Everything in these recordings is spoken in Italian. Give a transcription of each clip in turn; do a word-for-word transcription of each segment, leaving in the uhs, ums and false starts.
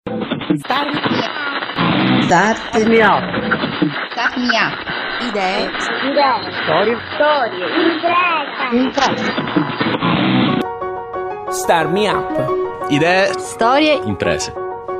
Start Start me up. Start me up. Idee. Idee. Storie. Storie. Impresa. Impresa. Start me up. Idee. Storie. Imprese.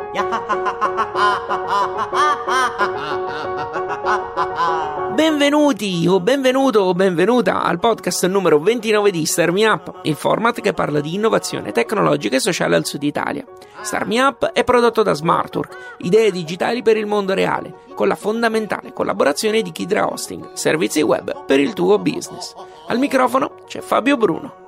Benvenuti o benvenuto o benvenuta al podcast numero ventinove di Start Me Up, il format che parla di innovazione tecnologica e sociale al Sud Italia. Start Me Up è prodotto da Smartwork, idee digitali per il mondo reale, con la fondamentale collaborazione di Kidra Hosting, servizi web per il tuo business. Al microfono c'è Fabio Bruno.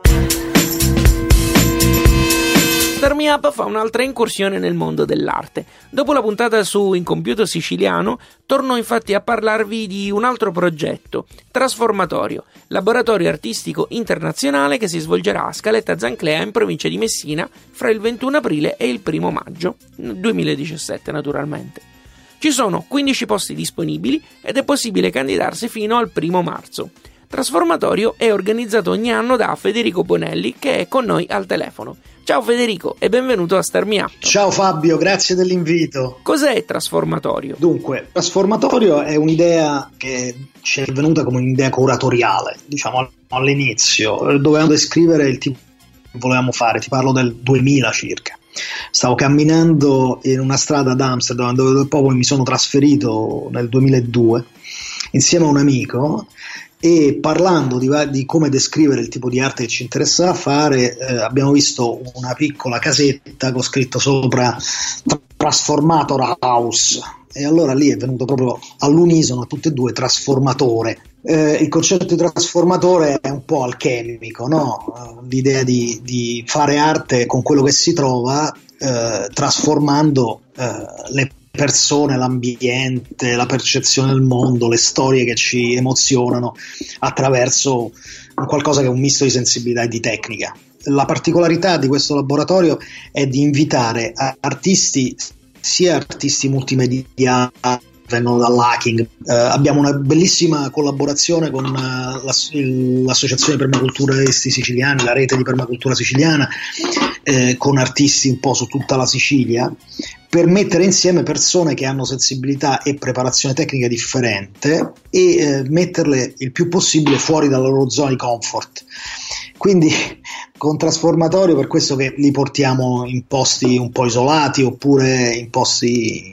Start Me Up fa un'altra incursione nel mondo dell'arte. Dopo la puntata su Incompiuto Siciliano, torno infatti a parlarvi di un altro progetto, Trasformatorio, laboratorio artistico internazionale che si svolgerà a Scaletta Zanclea in provincia di Messina fra il ventuno aprile e il primo maggio, duemiladiciassette naturalmente. Ci sono quindici posti disponibili ed è possibile candidarsi fino al primo marzo. Trasformatorio è organizzato ogni anno da Federico Bonelli, che è con noi al telefono. Ciao Federico e benvenuto a Start Me Up. Ciao Fabio, grazie dell'invito. Cos'è Trasformatorio? Dunque, Trasformatorio è un'idea che ci è venuta come un'idea curatoriale, diciamo all'inizio. Dovevamo descrivere il tipo che volevamo fare, ti parlo del duemila circa. Stavo camminando in una strada ad Amsterdam dove poi mi sono trasferito nel duemiladue insieme a un amico. E parlando di, di come descrivere il tipo di arte che ci interessava fare, eh, abbiamo visto una piccola casetta con scritto sopra Transformator House, e allora lì è venuto proprio all'unisono a tutte e due trasformatore. Eh, il concetto di trasformatore è un po' alchemico, no? L'idea di, di fare arte con quello che si trova, eh, trasformando eh, le persone, l'ambiente, la percezione del mondo, le storie che ci emozionano attraverso un qualcosa che è un misto di sensibilità e di tecnica. La particolarità di questo laboratorio è di invitare artisti, sia artisti multimediali, vengono dall'hacking. Eh, abbiamo una bellissima collaborazione con uh, l'ass- l'associazione di permaculturisti siciliani, la rete di permacultura siciliana, eh, con artisti un po' su tutta la Sicilia, per mettere insieme persone che hanno sensibilità e preparazione tecnica differente e eh, metterle il più possibile fuori dalla loro zona di comfort. Quindi con Trasformatorio, per questo che li portiamo in posti un po' isolati oppure in posti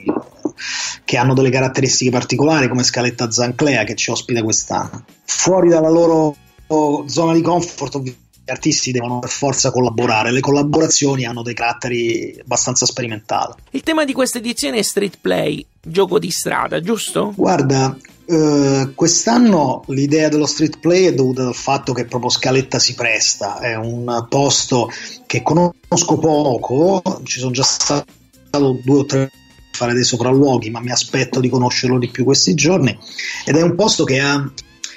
che hanno delle caratteristiche particolari, come Scaletta Zanclea che ci ospita quest'anno. Fuori dalla loro zona di comfort gli artisti devono per forza collaborare, le collaborazioni hanno dei caratteri abbastanza sperimentali. Il tema di questa edizione è street play, gioco di strada, giusto? Guarda, eh, quest'anno l'idea dello street play è dovuta dal fatto che proprio Scaletta si presta, è un posto che conosco poco, ci sono già stato due o tre fare dei sopralluoghi, ma mi aspetto di conoscerlo di più questi giorni, ed è un posto che ha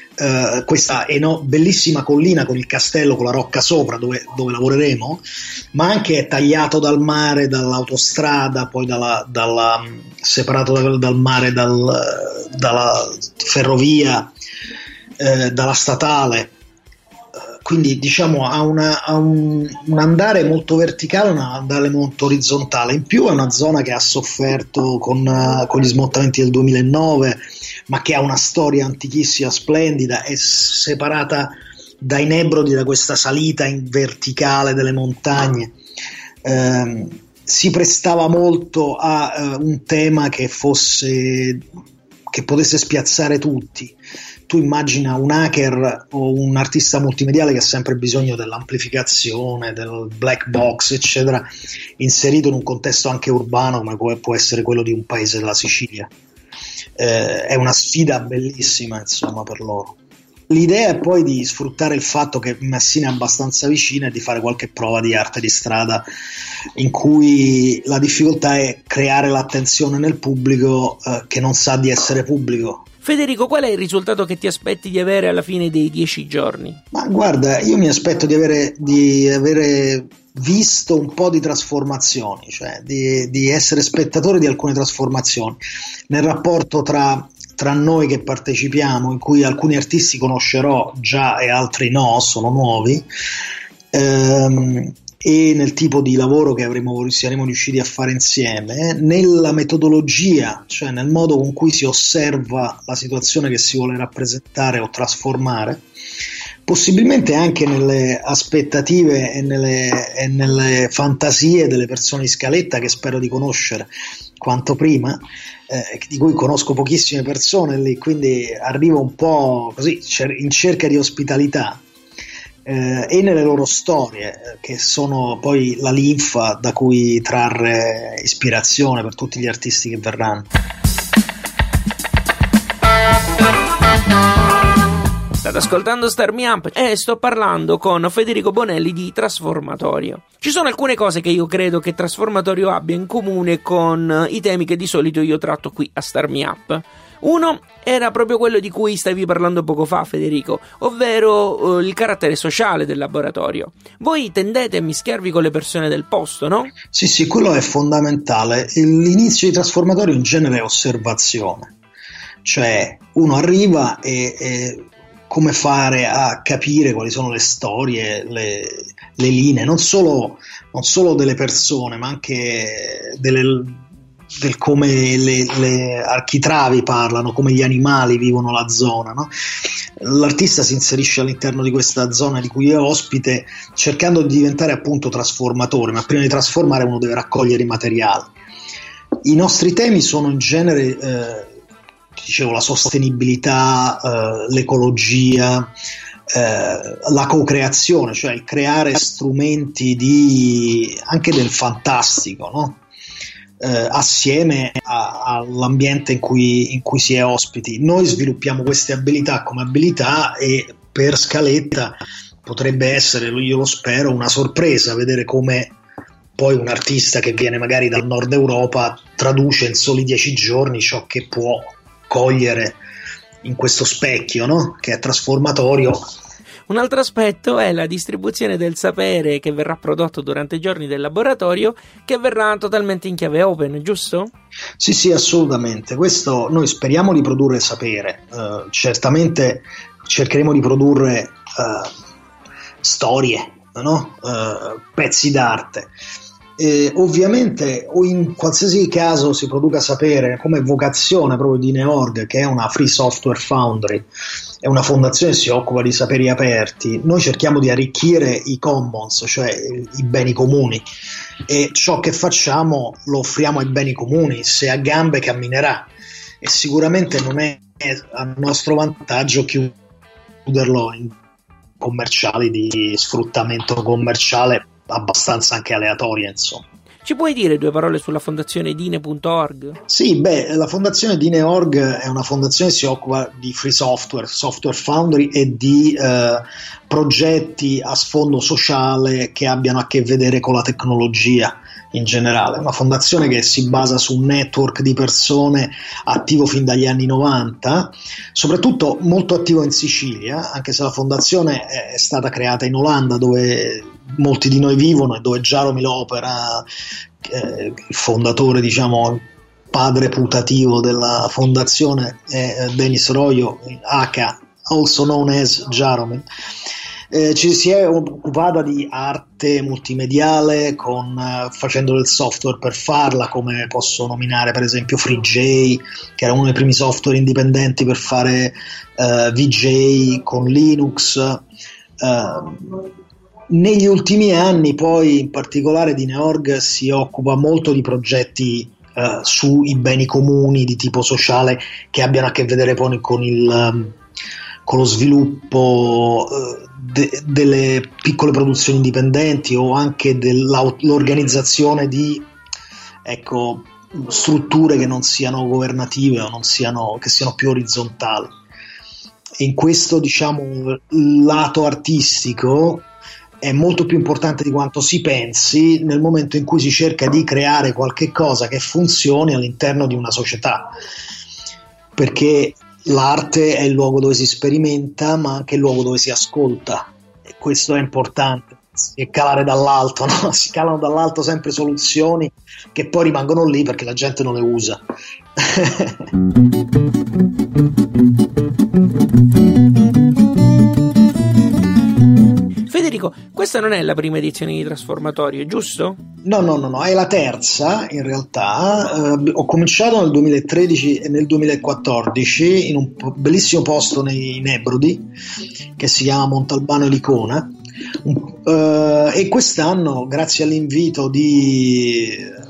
Uh, questa eno- bellissima collina con il castello, con la rocca sopra dove, dove lavoreremo, ma anche è tagliato dal mare, dall'autostrada, poi dalla, dalla, separato dal, dal mare dal, dalla ferrovia, eh, dalla statale, uh, quindi diciamo ha, una, ha un, un andare molto verticale, un andare molto orizzontale. In più è una zona che ha sofferto con, uh, con gli smottamenti del duemilanove, ma che ha una storia antichissima, splendida, è separata dai Nebrodi da questa salita in verticale delle montagne. Eh, si prestava molto a eh, un tema che fosse che potesse spiazzare tutti. Tu immagina un hacker o un artista multimediale che ha sempre bisogno dell'amplificazione, del black box, eccetera, inserito in un contesto anche urbano come può, può essere quello di un paese della Sicilia. Eh, è una sfida bellissima, insomma, per loro. L'idea è poi di sfruttare il fatto che Messina è abbastanza vicina e di fare qualche prova di arte di strada in cui la difficoltà è creare l'attenzione nel pubblico eh, che non sa di essere pubblico. Federico, qual è il risultato che ti aspetti di avere alla fine dei dieci giorni? Ma guarda, io mi aspetto di avere, di avere visto un po' di trasformazioni, cioè di, di essere spettatore di alcune trasformazioni nel rapporto tra, tra noi che partecipiamo, in cui alcuni artisti conoscerò già e altri no, sono nuovi, ehm, e nel tipo di lavoro che avremo, saremo riusciti a fare insieme, nella metodologia, cioè nel modo con cui si osserva la situazione che si vuole rappresentare o trasformare, possibilmente anche nelle aspettative e nelle, e nelle fantasie delle persone di Scaletta, che spero di conoscere quanto prima, eh, di cui conosco pochissime persone lì, quindi arrivo un po' così in cerca di ospitalità. Eh, e nelle loro storie, eh, che sono poi la linfa da cui trarre ispirazione per tutti gli artisti che verranno. State ascoltando Start Me Up e sto parlando con Federico Bonelli di Trasformatorio. Ci sono alcune cose che io credo che Trasformatorio abbia in comune con i temi che di solito io tratto qui a Start Me Up. Uno era proprio quello di cui stavi parlando poco fa, Federico, ovvero uh, il carattere sociale del laboratorio. Voi tendete a mischiarvi con le persone del posto, no? Sì, sì, quello è fondamentale. L'inizio di Trasformatorio in genere è osservazione, cioè uno arriva e, e come fare a capire quali sono le storie, le, le linee, non solo, non solo delle persone, ma anche delle, del come le, le architravi parlano, come gli animali vivono la zona, no? L'artista si inserisce all'interno di questa zona di cui è ospite, cercando di diventare appunto trasformatore, ma prima di trasformare uno deve raccogliere i materiali. I nostri temi sono in genere eh, dicevo la sostenibilità, eh, l'ecologia, eh, la co-creazione, cioè il creare strumenti di, anche del fantastico, no? Eh, assieme a, all'ambiente in cui, in cui si è ospiti. Noi sviluppiamo queste abilità come abilità e per Scaletta potrebbe essere, io lo spero, una sorpresa vedere come poi un artista che viene magari dal nord Europa traduce in soli dieci giorni ciò che può cogliere in questo specchio, no? Che è Trasformatorio. Un altro aspetto è la distribuzione del sapere che verrà prodotto durante i giorni del laboratorio, che verrà totalmente in chiave open, giusto? Sì, sì, assolutamente. Questo noi speriamo di produrre sapere, uh, certamente cercheremo di produrre uh, storie, no? Uh, pezzi d'arte. Eh, ovviamente o in qualsiasi caso si produca sapere, come vocazione proprio di Neorg, che è una Free Software Foundry, è una fondazione che si occupa di saperi aperti, noi cerchiamo di arricchire i commons, cioè i beni comuni, e ciò che facciamo lo offriamo ai beni comuni, se ha gambe camminerà, e sicuramente non è a nostro vantaggio chiuderlo in commerciali di sfruttamento commerciale abbastanza anche aleatoria, insomma. Ci puoi dire due parole sulla fondazione Dine punto org? Sì, beh, la fondazione Dine punto org è una fondazione che si occupa di free software, software foundry e di eh, progetti a sfondo sociale che abbiano a che vedere con la tecnologia in generale. Una fondazione che si basa su un network di persone attivo fin dagli anni novanta, soprattutto molto attivo in Sicilia, anche se la fondazione è stata creata in Olanda, dove molti di noi vivono e dove Jaromil opera, eh, il fondatore, diciamo, padre putativo della fondazione è Denis Royo, aka also known as Jaromil. Eh, ci si è occupata di arte multimediale con, eh, facendo del software per farla, come posso nominare per esempio FreeJ, che era uno dei primi software indipendenti per fare eh, V J con Linux. Eh, negli ultimi anni poi in particolare Dine punto org si occupa molto di progetti eh, sui beni comuni di tipo sociale che abbiano a che vedere poi con il um, con lo sviluppo eh, de- delle piccole produzioni indipendenti o anche dell'organizzazione di, ecco, strutture che non siano governative o non siano, che siano più orizzontali. E in questo, diciamo, lato artistico è molto più importante di quanto si pensi nel momento in cui si cerca di creare qualche cosa che funzioni all'interno di una società, perché l'arte è il luogo dove si sperimenta, ma anche il luogo dove si ascolta, e questo è importante. Si calare dall'alto, no? Si calano dall'alto sempre soluzioni che poi rimangono lì perché la gente non le usa. Federico, questa non è la prima edizione di Trasformatorio, giusto? No, no, no, no, è la terza in realtà. Eh, ho cominciato nel duemilatredici e nel duemilaquattordici in un bellissimo posto nei Nebrodi che si chiama Montalbano e Licona. Uh, e quest'anno, grazie all'invito di,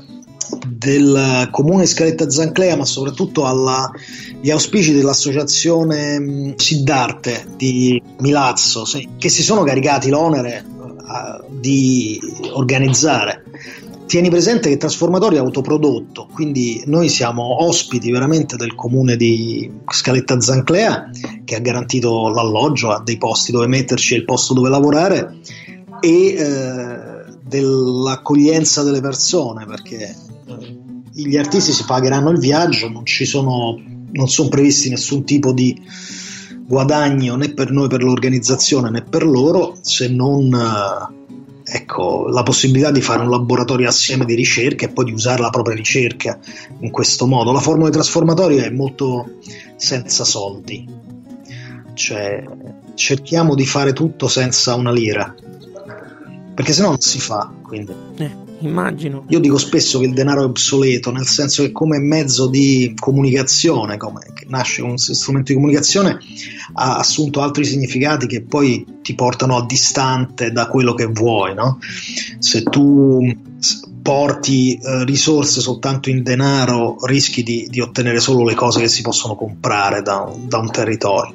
del comune Scaletta Zanclea, ma soprattutto agli auspici dell'associazione Siddarte di Milazzo, sì, che si sono caricati l'onere uh, di organizzare. Tieni presente che Trasformatorio è autoprodotto, quindi noi siamo ospiti veramente del comune di Scaletta Zanclea, che ha garantito l'alloggio, ha dei posti dove metterci e il posto dove lavorare, e eh, dell'accoglienza delle persone, perché eh, gli artisti si pagheranno il viaggio, non ci sono, non sono previsti nessun tipo di guadagno né per noi, per l'organizzazione, né per loro, se non... Eh, ecco, la possibilità di fare un laboratorio assieme di ricerca e poi di usare la propria ricerca in questo modo. La formula di Trasformatorio è molto senza soldi, cioè cerchiamo di fare tutto senza una lira, perché sennò non si fa, quindi eh, immagino. Io dico spesso che il denaro è obsoleto, nel senso che come mezzo di comunicazione, come che nasce un strumento di comunicazione, ha assunto altri significati che poi ti portano a distante da quello che vuoi, no? Se tu porti eh, risorse soltanto in denaro, rischi di, di ottenere solo le cose che si possono comprare da un, da un territorio.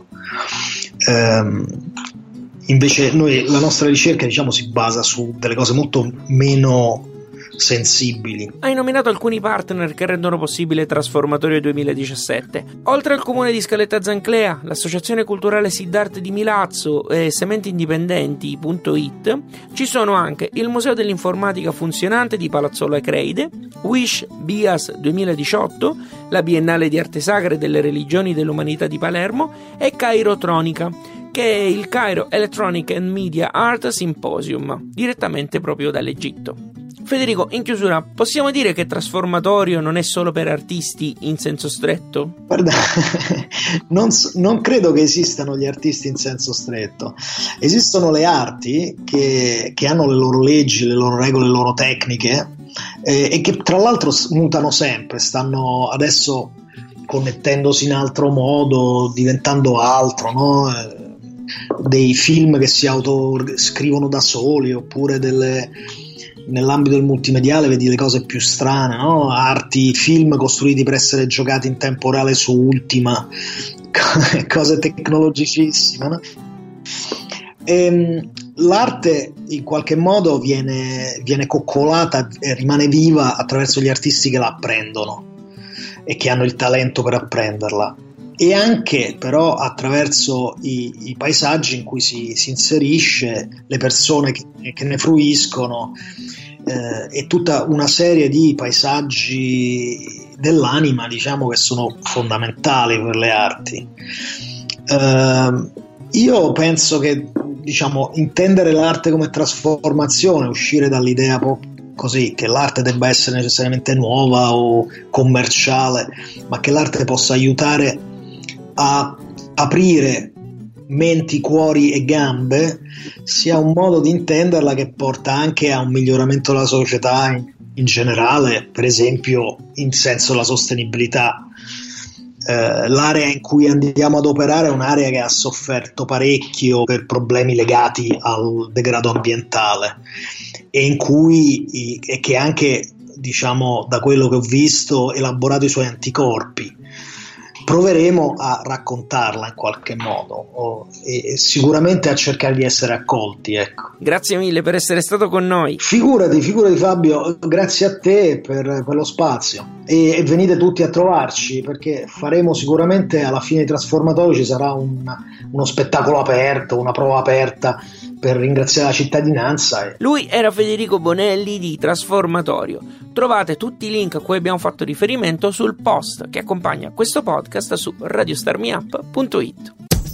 Ehm, invece noi, la nostra ricerca, diciamo, si basa su delle cose molto meno sensibili. Hai nominato alcuni partner che rendono possibile Trasformatorio duemiladiciassette. Oltre al comune di Scaletta Zanclea, l'associazione culturale Siddarte di Milazzo e sementi indipendenti punto it, ci sono anche il Museo dell'Informatica Funzionante di Palazzolo Acreide, Wish Bias duemiladiciotto, la Biennale di Arte Sacra e delle Religioni dell'Umanità di Palermo e Cairotronica, che è il Cairo Electronic and Media Art Symposium, direttamente proprio dall'Egitto. Federico, in chiusura, possiamo dire che Trasformatorio non è solo per artisti in senso stretto? Guarda, non, non credo che esistano gli artisti in senso stretto. Esistono le arti che, che hanno le loro leggi, le loro regole, le loro tecniche, eh, e che tra l'altro mutano sempre, stanno adesso connettendosi in altro modo, diventando altro, no? Eh, dei film che si autoscrivono da soli, oppure delle... nell'ambito del multimediale vedi le cose più strane, no? Arti, film costruiti per essere giocati in tempo reale su Ultima, cose tecnologicissime, no? E, l'arte in qualche modo viene, viene coccolata e rimane viva attraverso gli artisti che la apprendono e che hanno il talento per apprenderla, e anche però attraverso i, i paesaggi in cui si, si inserisce, le persone che, che ne fruiscono, eh, e tutta una serie di paesaggi dell'anima, diciamo, che sono fondamentali per le arti. Eh, io penso che, diciamo, intendere l'arte come trasformazione, uscire dall'idea po- così che l'arte debba essere necessariamente nuova o commerciale, ma che l'arte possa aiutare a aprire menti, cuori e gambe, sia un modo di intenderla che porta anche a un miglioramento della società in, in generale, per esempio in senso della sostenibilità. Eh, l'area in cui andiamo ad operare è un'area che ha sofferto parecchio per problemi legati al degrado ambientale, e in cui e che anche, diciamo, da quello che ho visto, elaborato i suoi anticorpi. Proveremo a raccontarla in qualche modo, o, e, e sicuramente a cercare di essere accolti, ecco. Grazie mille per essere stato con noi. Figurati, figurati Fabio, grazie a te per, per lo spazio, e, e venite tutti a trovarci, perché faremo sicuramente alla fine di Trasformatorio ci sarà un, uno spettacolo aperto, una prova aperta per ringraziare la cittadinanza. Lui era Federico Bonelli di Trasformatorio. Trovate tutti i link a cui abbiamo fatto riferimento sul post che accompagna questo podcast su radio star me up punto it.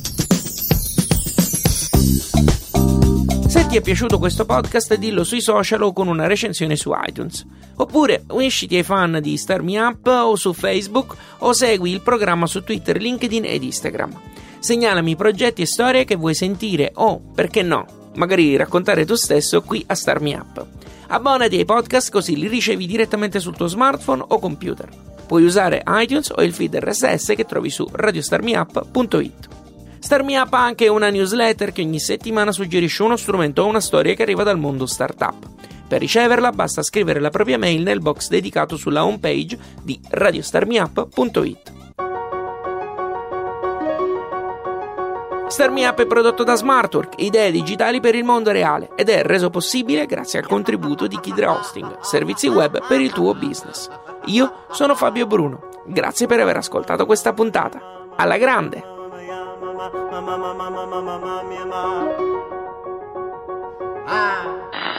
Se ti è piaciuto questo podcast, dillo sui social o con una recensione su iTunes. Oppure unisciti ai fan di Star Me Up o su Facebook, o segui il programma su Twitter, LinkedIn ed Instagram. Segnalami progetti e storie che vuoi sentire o, perché no, magari raccontare tu stesso qui a Start Me Up. Abbonati ai podcast così li ricevi direttamente sul tuo smartphone o computer. Puoi usare iTunes o il feed R S S che trovi su radio start me up punto it. Start Me Up ha anche una newsletter che ogni settimana suggerisce uno strumento o una storia che arriva dal mondo startup. Per riceverla basta scrivere la propria mail nel box dedicato sulla homepage di radio start me up punto it. Start Me Up è prodotto da Smartwork, idee digitali per il mondo reale, ed è reso possibile grazie al contributo di Kidra Hosting, servizi web per il tuo business. Io sono Fabio Bruno, grazie per aver ascoltato questa puntata. Alla grande! Ah.